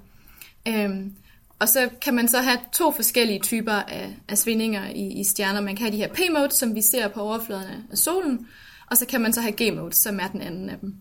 Øhm, og så kan man så have to forskellige typer af, af svingninger i, i stjerner. Man kan have de her P-modes, som vi ser på overfladen af solen, og så kan man så have G-modes, som er den anden af dem.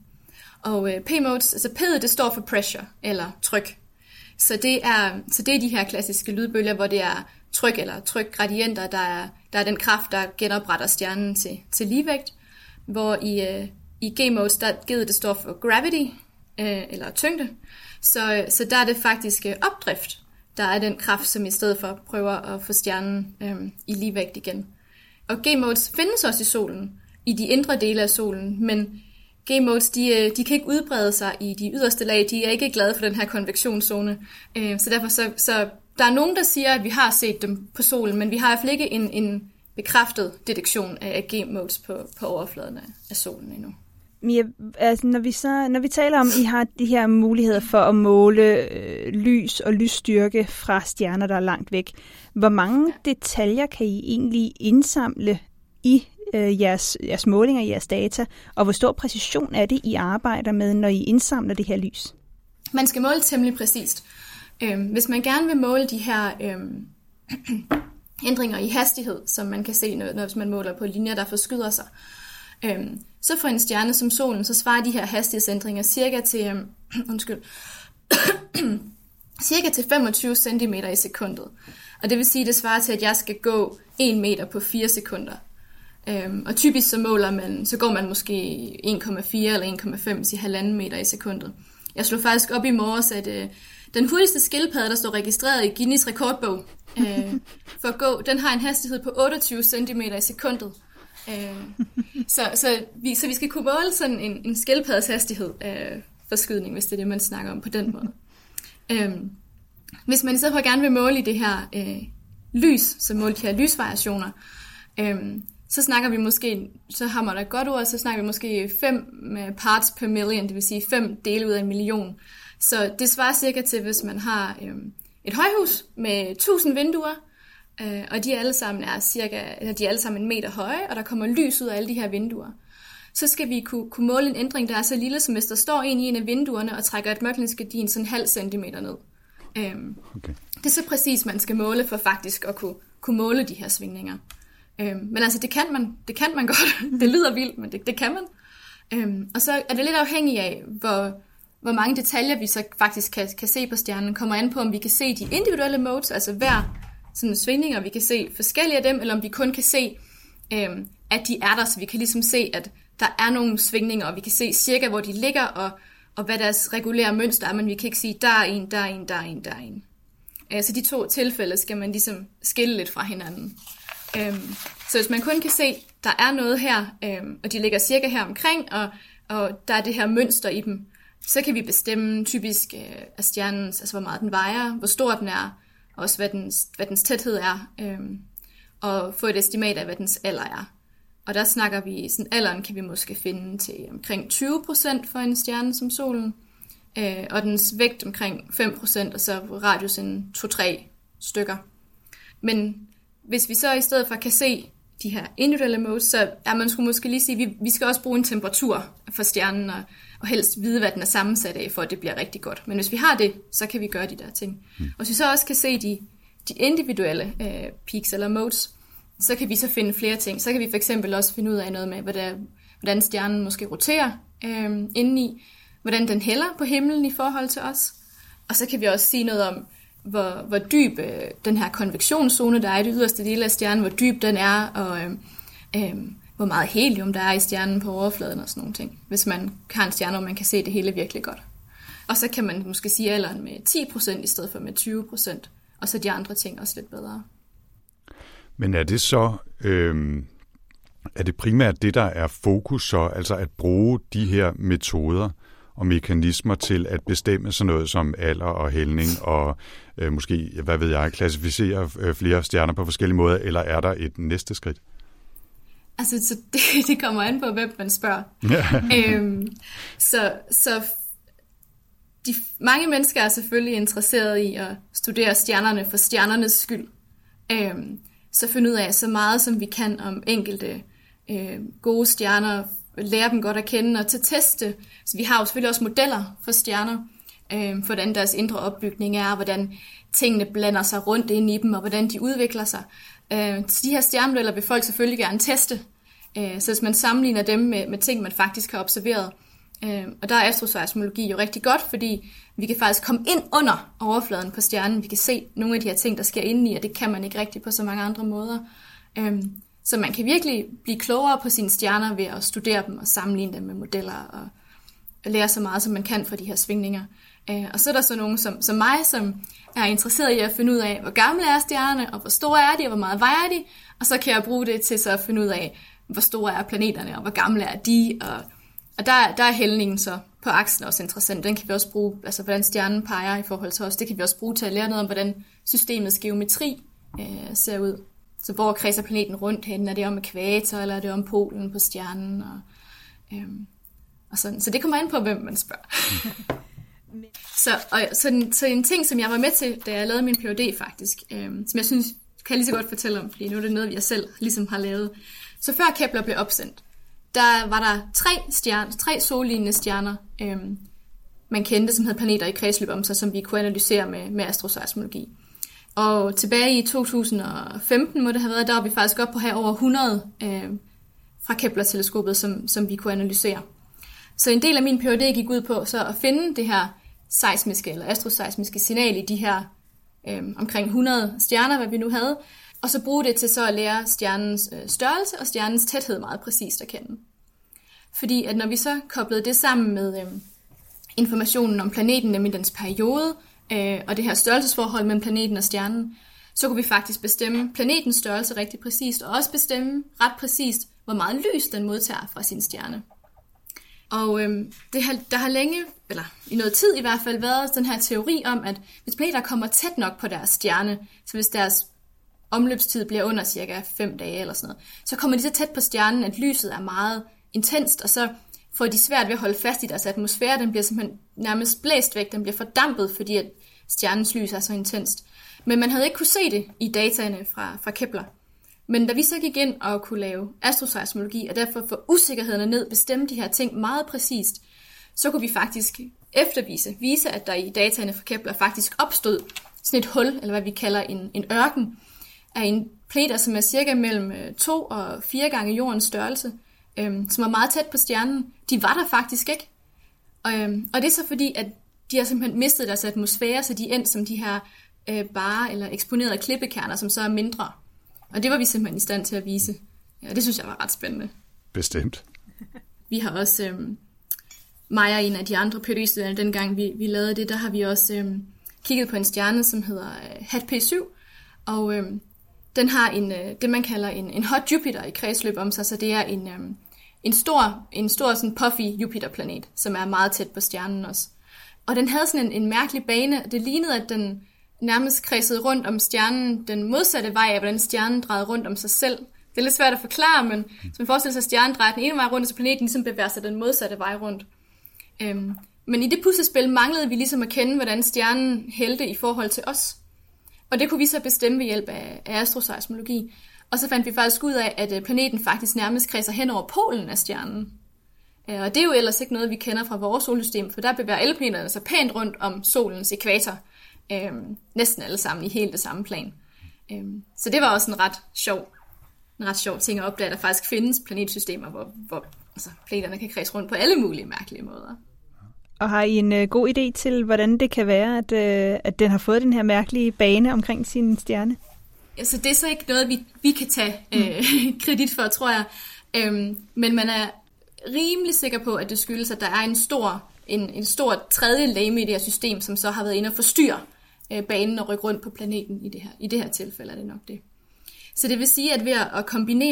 Og øh, P-modes, altså P'et, det står for pressure, eller tryk. Så det er, så det er de her klassiske lydbølger, hvor det er tryk eller trykgradienter, der er, der er den kraft, der genopretter stjernen til, til ligevægt. Hvor i, øh, i G-modes, der G'et, det står for gravity, øh, eller tyngde. Så, så der er det faktisk øh, opdrift, der er den kraft, som i stedet for prøver at få stjernen øh, i ligevægt igen. Og G-modes findes også i solen, i de indre dele af solen, men G-modes, de, de kan ikke udbrede sig i de yderste lag, de er ikke glade for den her konvektionszone, så derfor så, så der er nogen, der siger, at vi har set dem på solen, men vi har i hvert fald ikke en, en bekræftet detektion af G-modes på, på overfladen af solen endnu. Mia, altså når vi så når vi taler om, at I har de her muligheder for at måle øh, lys og lysstyrke fra stjerner, der er langt væk, hvor mange detaljer kan I egentlig indsamle i øh, jeres, jeres målinger, jeres data, og hvor stor præcision er det, I arbejder med, når I indsamler det her lys? Man skal måle temmelig præcist. Øhm, hvis man gerne vil måle de her øhm, ændringer i hastighed, som man kan se, når, når man måler på linjer, der forskyder sig, øhm, så for en stjerne som solen, så svarer de her hastighedsændringer cirka til, øhm, undskyld, cirka til femogtyve centimeter i sekundet. Og det vil sige, at det svarer til, at jeg skal gå en meter på fire sekunder. Øhm, og typisk så måler man, så går man måske en komma fire eller en komma fem til halvanden meter i sekundet. Jeg slog faktisk op i morges, at øh, den hurtigste skildpadde, der står registreret i Guinness rekordbog, øh, for at gå, den har en hastighed på otteogtyve centimeter i sekundet. Øh, så, så, vi, så vi skal kunne måle sådan en, en skildpaddes hastighed af forskydning, hvis det er det, man snakker om på den måde. Øh, hvis man i stedet for gerne vil måle i det her øh, lys, så måle de her lysvariationer, øh, så snakker vi måske, så har man da et godt ord, så snakker vi måske fem parts per million, det vil sige fem dele ud af en million. Så det svarer cirka til, hvis man har øh, et højhus med tusind vinduer, øh, og de alle sammen er cirka, eller de er alle sammen en meter høje, og der kommer lys ud af alle de her vinduer. Så skal vi kunne, kunne måle en ændring, der er så lille, som hvis der står en i en af vinduerne og trækker et mørklægningsgardin sådan en halv centimeter ned. Øh, okay. Det er så præcis, man skal måle for faktisk at kunne, kunne måle de her svingninger. Øhm, men altså, det kan man, det kan man godt. Det lyder vildt, men det, det kan man. Øhm, og så er det lidt afhængigt af, hvor, hvor mange detaljer vi så faktisk kan, kan se på stjernen. Kommer an på, om vi kan se de individuelle modes, altså hver sådan svingninger, vi kan se forskellige af dem, eller om vi kun kan se, øhm, at de er der, så vi kan ligesom se, at der er nogle svingninger, og vi kan se cirka, hvor de ligger, og, og hvad deres regulære mønster er, men vi kan ikke sige, der er en, der er en, der er en, der er en. Øh, så de to tilfælde skal man ligesom skille lidt fra hinanden. Øhm, så hvis man kun kan se, der er noget her, øhm, og de ligger cirka her omkring, og, og der er det her mønster i dem, så kan vi bestemme typisk øh, af stjernen, altså hvor meget den vejer, hvor stor den er, og også hvad dens, hvad dens tæthed er, øhm, og få et estimat af, hvad dens alder er. Og der snakker vi, sådan alderen kan vi måske finde til omkring tyve procent for en stjerne som solen, øh, og dens vægt omkring fem procent, og så radius en to til tre stykker. Men hvis vi så i stedet for kan se de her individuelle modes, så er man skulle måske lige sige, at vi, vi skal også bruge en temperatur for stjernen, og, og helst vide, hvad den er sammensat af, for at det bliver rigtig godt. Men hvis vi har det, så kan vi gøre de der ting. Mm. Og hvis vi så også kan se de, de individuelle øh, peaks eller modes, så kan vi så finde flere ting. Så kan vi for eksempel også finde ud af noget med, hvordan, hvordan stjernen måske roterer øh, indeni, hvordan den hælder på himlen i forhold til os. Og så kan vi også sige noget om, Hvor, hvor dyb øh, den her konvektionszone, der er i det yderste del af stjernen, hvor dyb den er, og øh, øh, hvor meget helium der er i stjernen på overfladen og sådan nogle ting, hvis man har en stjerne, hvor man kan se det hele virkelig godt. Og så kan man måske sige alderen med ti procent i stedet for med tyve procent, og så de andre ting også lidt bedre. Men er det så, øh, er det primært det, der er fokus så, altså at bruge de her metoder og mekanismer til at bestemme sådan noget som alder og hældning og øh, måske, hvad ved jeg, klassificere øh, flere stjerner på forskellige måder, eller er der et næste skridt? Altså, så det, det kommer an på, hvem man spørger. øhm, så så de, mange mennesker er selvfølgelig interesserede i at studere stjernerne for stjernernes skyld. Øhm, så finde ud af så meget, som vi kan om enkelte øh, gode stjerner, lære dem godt at kende og til teste. Så vi har jo selvfølgelig også modeller for stjerner, øh, for hvordan deres indre opbygning er, hvordan tingene blander sig rundt ind i dem, og hvordan de udvikler sig. Øh, så de her stjernemodeller vil folk selvfølgelig gerne teste. Øh, så hvis man sammenligner dem med, med ting, man faktisk har observeret. Øh, og der er astroseismologi jo rigtig godt, fordi vi kan faktisk komme ind under overfladen på stjernen. Vi kan se nogle af de her ting, der sker indeni, og det kan man ikke rigtig på så mange andre måder. Øh, Så man kan virkelig blive klogere på sine stjerner ved at studere dem og sammenligne dem med modeller og lære så meget, som man kan fra de her svingninger. Og så er der så nogen som, som mig, som er interesseret i at finde ud af, hvor gamle er stjernerne, og hvor store er de, og hvor meget vejer de. Og så kan jeg bruge det til så at finde ud af, hvor store er planeterne, og hvor gamle er de. Og, og der, der er hældningen så på aksen også interessant. Den kan vi også bruge, altså hvordan stjernen peger i forhold til os. Det kan vi også bruge til at lære noget om, hvordan systemets geometri øh, ser ud. Så hvor kredser planeten rundt hen? Er det om ækvator, eller er det om polen på stjernen? Og, øhm, og sådan. Så det kommer an på, hvem man spørger. så, og, så, en, så en ting, som jeg var med til, da jeg lavede min P H D faktisk, øhm, som jeg synes, kan jeg lige så godt fortælle om, fordi nu er det noget, jeg selv ligesom har lavet. Så før Kepler blev opsendt, der var der tre, stjerne, tre sollignende stjerner, øhm, man kendte, som hed planeter i kredsløb om sig, som vi kunne analysere med, med astroseismologi. Og tilbage i to tusind og femten må det have været, der var vi faktisk op på her over hundrede øh, fra Kepler-teleskopet, som, som vi kunne analysere. Så en del af min P H D gik ud på så at finde det her seismiske eller astroseismiske signal i de her øh, omkring hundrede stjerner, hvad vi nu havde, og så bruge det til så at lære stjernens øh, størrelse og stjernens tæthed meget præcist at kende. Fordi at når vi så koblede det sammen med øh, informationen om planeten, nemlig dens periode, og det her størrelsesforhold mellem planeten og stjernen, så kunne vi faktisk bestemme planetens størrelse rigtig præcist, og også bestemme ret præcist, hvor meget lys den modtager fra sin stjerne. Og øhm, det har, der har længe, eller i noget tid i hvert fald, været den her teori om, at hvis planeter kommer tæt nok på deres stjerne, så hvis deres omløbstid bliver under cirka fem dage eller sådan noget, så kommer de så tæt på stjernen, at lyset er meget intenst, og så får de svært ved at holde fast i deres atmosfære. Den bliver simpelthen nærmest blæst væk, den bliver fordampet, fordi at stjernens lys er så intenst. Men man havde ikke kunne se det i dataene fra, fra Kepler. Men da vi så gik ind og kunne lave astroseismologi, og derfor få usikkerhederne ned, bestemme de her ting meget præcist, så kunne vi faktisk eftervise, vise, at der i dataene fra Kepler faktisk opstod sådan et hul, eller hvad vi kalder en, en ørken, af en planeter, som er cirka mellem to og fire gange jordens størrelse, øhm, som er meget tæt på stjernen. De var der faktisk ikke. Og, øhm, og det er så fordi, at de har simpelthen mistet deres atmosfære, så de er endt som de her øh, bare eller eksponerede klippekerner, som så er mindre. Og det var vi simpelthen i stand til at vise. Ja, det synes jeg var ret spændende. Bestemt. Vi har også, øh, mig og en af de andre P H D-studerende, dengang vi, vi lavede det, der har vi også øh, kigget på en stjerne, som hedder øh, H A T P syv. Og øh, den har en, øh, det, man kalder en, en hot Jupiter i kredsløb om sig, så det er en, øh, en stor, en stor sådan puffy Jupiter-planet, som er meget tæt på stjernen også. Og den havde sådan en, en mærkelig bane, det lignede, at den nærmest kredsede rundt om stjernen den modsatte vej af, hvordan stjernen drejede rundt om sig selv. Det er lidt svært at forklare, men hvis man forestiller sig, at stjernen drejer den ene vej rundt, så planeten ligesom bevæger sig den modsatte vej rundt. Øhm, men i det puslespil manglede vi ligesom at kende, hvordan stjernen hældte i forhold til os. Og det kunne vi så bestemme ved hjælp af, af astroseismologi. Og så fandt vi faktisk ud af, at planeten faktisk nærmest kredser hen over polen af stjernen. Og det er jo ellers ikke noget, vi kender fra vores solsystem, for der bevæger alle planeterne sig pænt rundt om solens ækvator. Øhm, næsten alle sammen i helt det samme plan. Øhm, så det var også en ret sjov, en ret sjov ting at opdage, at der faktisk findes planetsystemer, hvor, hvor altså, planeterne kan kredse rundt på alle mulige mærkelige måder. Og har I en uh, god idé til, hvordan det kan være, at, uh, at den har fået den her mærkelige bane omkring sin stjerne? Altså, det er så ikke noget, vi, vi kan tage øh, kredit for, tror jeg. Øhm, men man er rimelig sikker på, at det skyldes, at der er en stor, en, en stor tredje legeme i det her system, som så har været inde og forstyrre øh, banen og rykke rundt på planeten i det her, i det her tilfælde er det nok det. Så det vil sige, at ved at kombinere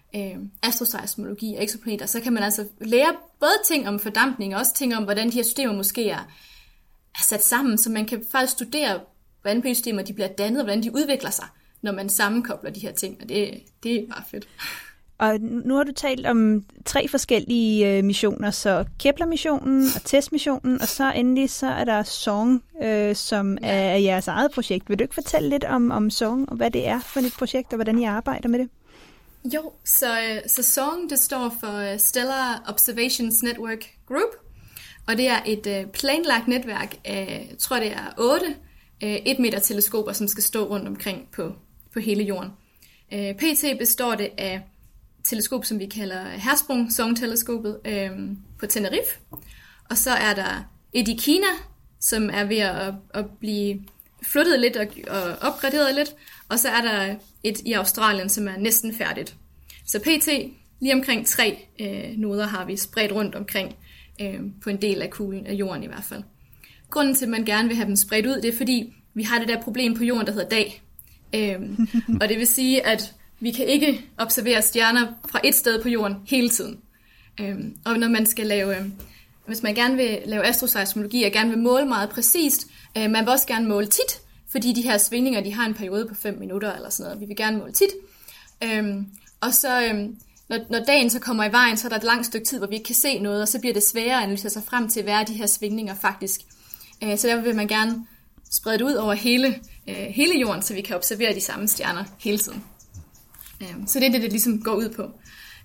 øh, astroseismologi og eksoplaneter, så kan man altså lære både ting om fordampning, og også ting om, hvordan de her systemer måske er, er sat sammen, så man kan faktisk studere, hvordan planesystemer de bliver dannet, og hvordan de udvikler sig, når man sammenkobler de her ting, og det, det er bare fedt. Og nu har du talt om tre forskellige øh, missioner, så Kepler-missionen og TESS-missionen, og så endelig så er der Song, øh, som ja. er jeres eget projekt. Vil du ikke fortælle lidt om, om Song, og hvad det er for et projekt, og hvordan I arbejder med det? Jo, så, så Song, det står for Stellar Observations Network Group, og det er et øh, planlagt netværk af, jeg tror det er otte øh, et meter teleskoper, som skal stå rundt omkring på, på hele jorden. Øh, P T består det af teleskop, som vi kalder Hertzsprung-Song-teleskopet øh, på Tenerife. Og så er der et i Kina, som er ved at, at blive flyttet lidt og, og opgraderet lidt. Og så er der et i Australien, som er næsten færdigt. Så P T, lige omkring tre øh, noder har vi spredt rundt omkring øh, på en del af kuglen, af jorden i hvert fald. Grunden til, at man gerne vil have dem spredt ud, det er fordi, vi har det der problem på jorden, der hedder dag. Øh, og det vil sige, at vi kan ikke observere stjerner fra et sted på jorden hele tiden. Øhm, og når man skal lave, øh, hvis man gerne vil lave astroseismologi og gerne vil måle meget præcist, øh, man vil også gerne måle tit, fordi de her svingninger, de har en periode på fem minutter eller sådan noget. Vi vil gerne måle tit. Øhm, og så, øh, når, når dagen så kommer i vejen, så er der et langt stykke tid, hvor vi ikke kan se noget, og så bliver det sværere at analysere sig frem til, hvad er de her svingninger faktisk. Øh, så derfor vil man gerne sprede det ud over hele, øh, hele jorden, så vi kan observere de samme stjerner hele tiden. Så det er det, det ligesom går ud på.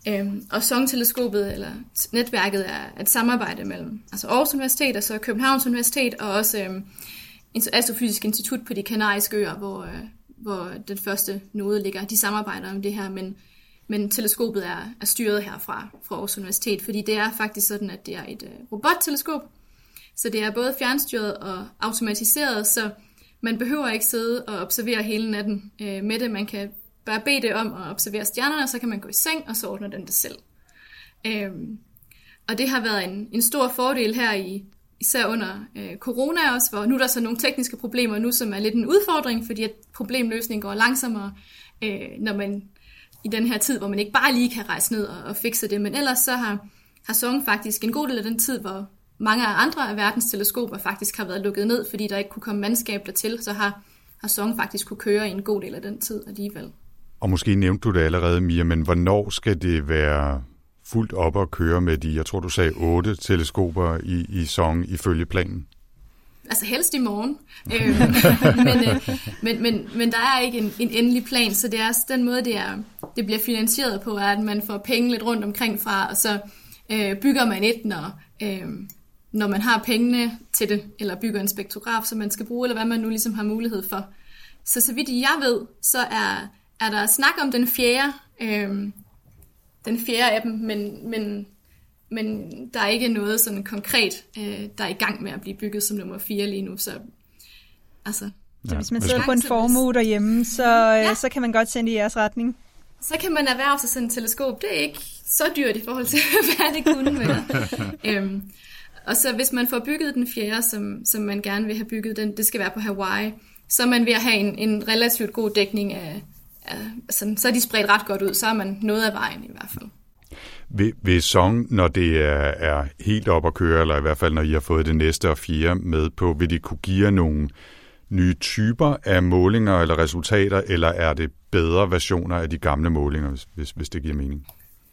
Og Song-teleskopet, eller netværket, er et samarbejde mellem altså Aarhus Universitet og så Københavns Universitet, og også Astrofysisk Institut på de Kanariske Øer, hvor, hvor den første node ligger. De samarbejder om det her, men, men teleskopet er, er styret herfra fra Aarhus Universitet, fordi det er faktisk sådan, at det er et robotteleskop, så det er både fjernstyret og automatiseret, så man behøver ikke sidde og observere hele natten med det. Man kan bare bede det om at observere stjernerne, og så kan man gå i seng, og så ordner den det selv. Øhm, og det har været en, en stor fordel her, i, især under øh, corona også, hvor nu er der så nogle tekniske problemer nu, som er lidt en udfordring, fordi at problemløsning går langsommere, øh, når man i den her tid, hvor man ikke bare lige kan rejse ned og, og fikse det. Men ellers så har, har Song faktisk en god del af den tid, hvor mange af andre af verdens teleskoper faktisk har været lukket ned, fordi der ikke kunne komme mandskab dertil, så har, har Song faktisk kunne køre i en god del af den tid alligevel. Og måske nævnte du det allerede, Mia, men hvornår skal det være fuldt op at køre med de, jeg tror du sagde, otte teleskoper i, i Song ifølge planen? Altså helst i morgen. øh, men, øh, men, men, men der er ikke en, en endelig plan, så det er den måde, det, er, det bliver finansieret på, er, at man får penge lidt rundt omkring fra, og så øh, bygger man et, når, øh, når man har pengene til det, eller bygger en spektrograf, som man skal bruge, eller hvad man nu ligesom har mulighed for. Så så vidt jeg ved, så er er der snak om den fjerde, øh, den fjerde af dem, men, men, men der er ikke noget sådan konkret, øh, der er i gang med at blive bygget som nummer fire lige nu. Så, altså, så hvis man sidder på en formue derhjemme, så, ja. øh, så kan man godt sende i jeres retning? Så kan man erhverve sig sådan et teleskop. Det er ikke så dyrt i forhold til, hvad det kunne være. øhm, og så hvis man får bygget den fjerde, som, som man gerne vil have bygget, den, det skal være på Hawaii, så er man ved at have en, en relativt god dækning af, Altså, så er de spredt ret godt ud, så er man noget af vejen i hvert fald. Ved, ved Song, når det er, er helt op at køre, eller i hvert fald når I har fået det næste og fjerde med på, vil de kunne give nogle nye typer af målinger eller resultater, eller er det bedre versioner af de gamle målinger, hvis, hvis, hvis det giver mening?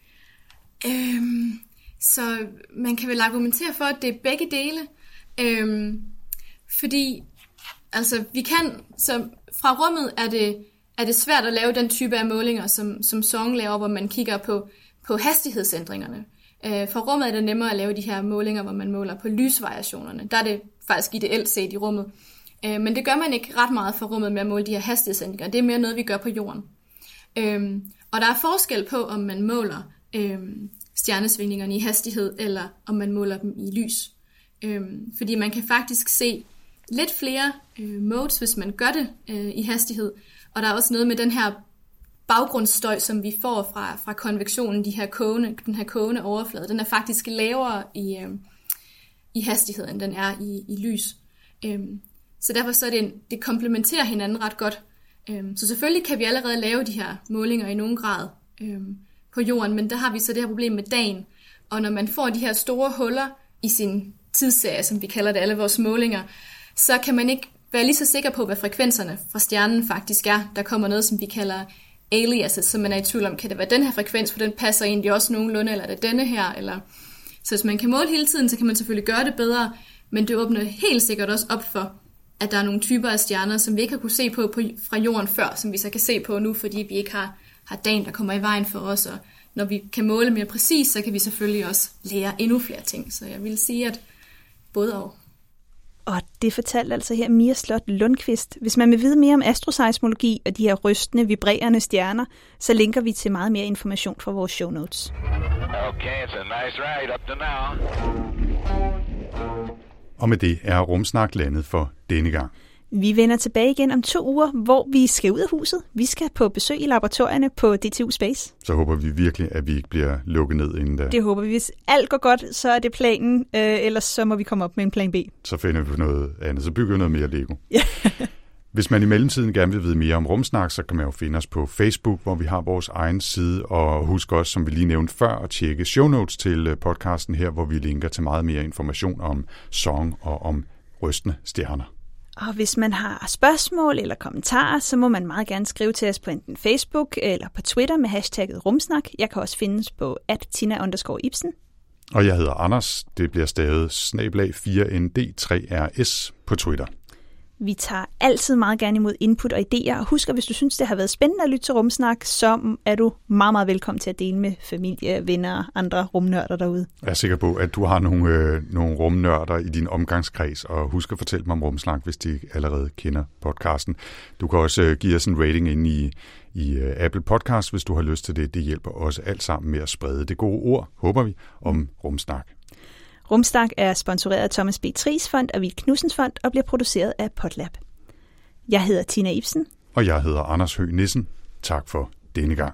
Øhm, så man kan vel argumentere for, at det er begge dele. Øhm, fordi altså, vi kan, så fra rummet er det er det svært at lave den type af målinger, som, som Song laver, hvor man kigger på, på hastighedsændringerne. Øh, for rummet er det nemmere at lave de her målinger, hvor man måler på lysvariationerne. Der er det faktisk ideelt set i rummet. Øh, men det gør man ikke ret meget for rummet med at måle de her hastighedsændringer. Det er mere noget, vi gør på jorden. Øh, og der er forskel på, om man måler øh, stjernesvingningerne i hastighed, eller om man måler dem i lys. Øh, fordi man kan faktisk se lidt flere øh, modes, hvis man gør det øh, i hastighed. Og der er også noget med den her baggrundsstøj, som vi får fra, fra konvektionen, de her kogende, den her kogende overflade. Den er faktisk lavere i, øh, i hastighed, end den er i, i lys. Øhm, så derfor så er det, det komplementerer hinanden ret godt. Øhm, så selvfølgelig kan vi allerede lave de her målinger i nogen grad. Øhm, på jorden, men der har vi så det her problem med dagen. Og når man får de her store huller i sin tidsserie, som vi kalder det, alle vores målinger, så kan man ikke være lige så sikker på, hvad frekvenserne fra stjernen faktisk er. Der kommer noget, som vi kalder aliases, så man er i tvivl om, kan det være den her frekvens, for den passer egentlig også nogenlunde, eller er det denne her? Eller... Så hvis man kan måle hele tiden, så kan man selvfølgelig gøre det bedre, men det åbner helt sikkert også op for, at der er nogle typer af stjerner, som vi ikke har kunne se på, på fra jorden før, som vi så kan se på nu, fordi vi ikke har, har dagen, der kommer i vejen for os, og når vi kan måle mere præcis, så kan vi selvfølgelig også lære endnu flere ting. Så jeg vil sige, at både og. Og det fortalte altså her Mia Slot Lundqvist. Hvis man vil vide mere om astroseismologi og de her rystende, vibrerende stjerner, så linker vi til meget mere information fra vores show notes. Okay, it's a nice ride up to now. Og med det er Rumsnak landet for denne gang. Vi vender tilbage igen om to uger, hvor vi skal ud af huset. Vi skal på besøg i laboratorierne på D T U Space. Så håber vi virkelig, at vi ikke bliver lukket ned inden da. Det håber vi. Hvis alt går godt, så er det planen. Øh, ellers så må vi komme op med en plan B. Så finder vi noget andet. Så bygger vi noget mere Lego. Ja. Hvis man i mellemtiden gerne vil vide mere om Rumsnak, så kan man jo finde os på Facebook, hvor vi har vores egen side. Og husk også, som vi lige nævnte før, at tjekke show notes til podcasten her, hvor vi linker til meget mere information om song og om rystende stjerner. Og hvis man har spørgsmål eller kommentarer, så må man meget gerne skrive til os på enten Facebook eller på Twitter med hashtagget Rumsnak. Jeg kan også findes på at tina underscore ibsen. Og jeg hedder Anders. Det bliver stavet snablag fire N D tre R S på Twitter. Vi tager altid meget gerne imod input og idéer, og husk, at hvis du synes, det har været spændende at lytte til Rumsnak, så er du meget, meget velkommen til at dele med familie, venner og andre rumnørder derude. Jeg er sikker på, at du har nogle, øh, nogle rumnørder i din omgangskreds, og husk at fortælle dem om Rumsnak, hvis de allerede kender podcasten. Du kan også øh, give os en rating inde i, i øh, Apple Podcast, hvis du har lyst til det. Det hjælper også alt sammen med at sprede det gode ord, håber vi, om Rumsnak. Rumsnak er sponsoreret af Thomas B. Tries Fond og Vild Knudsens Fond og bliver produceret af Podlab. Jeg hedder Tina Ibsen. Og jeg hedder Anders Høgh Nissen. Tak for denne gang.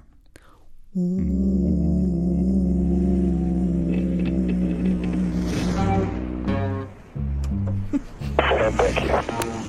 Thank you.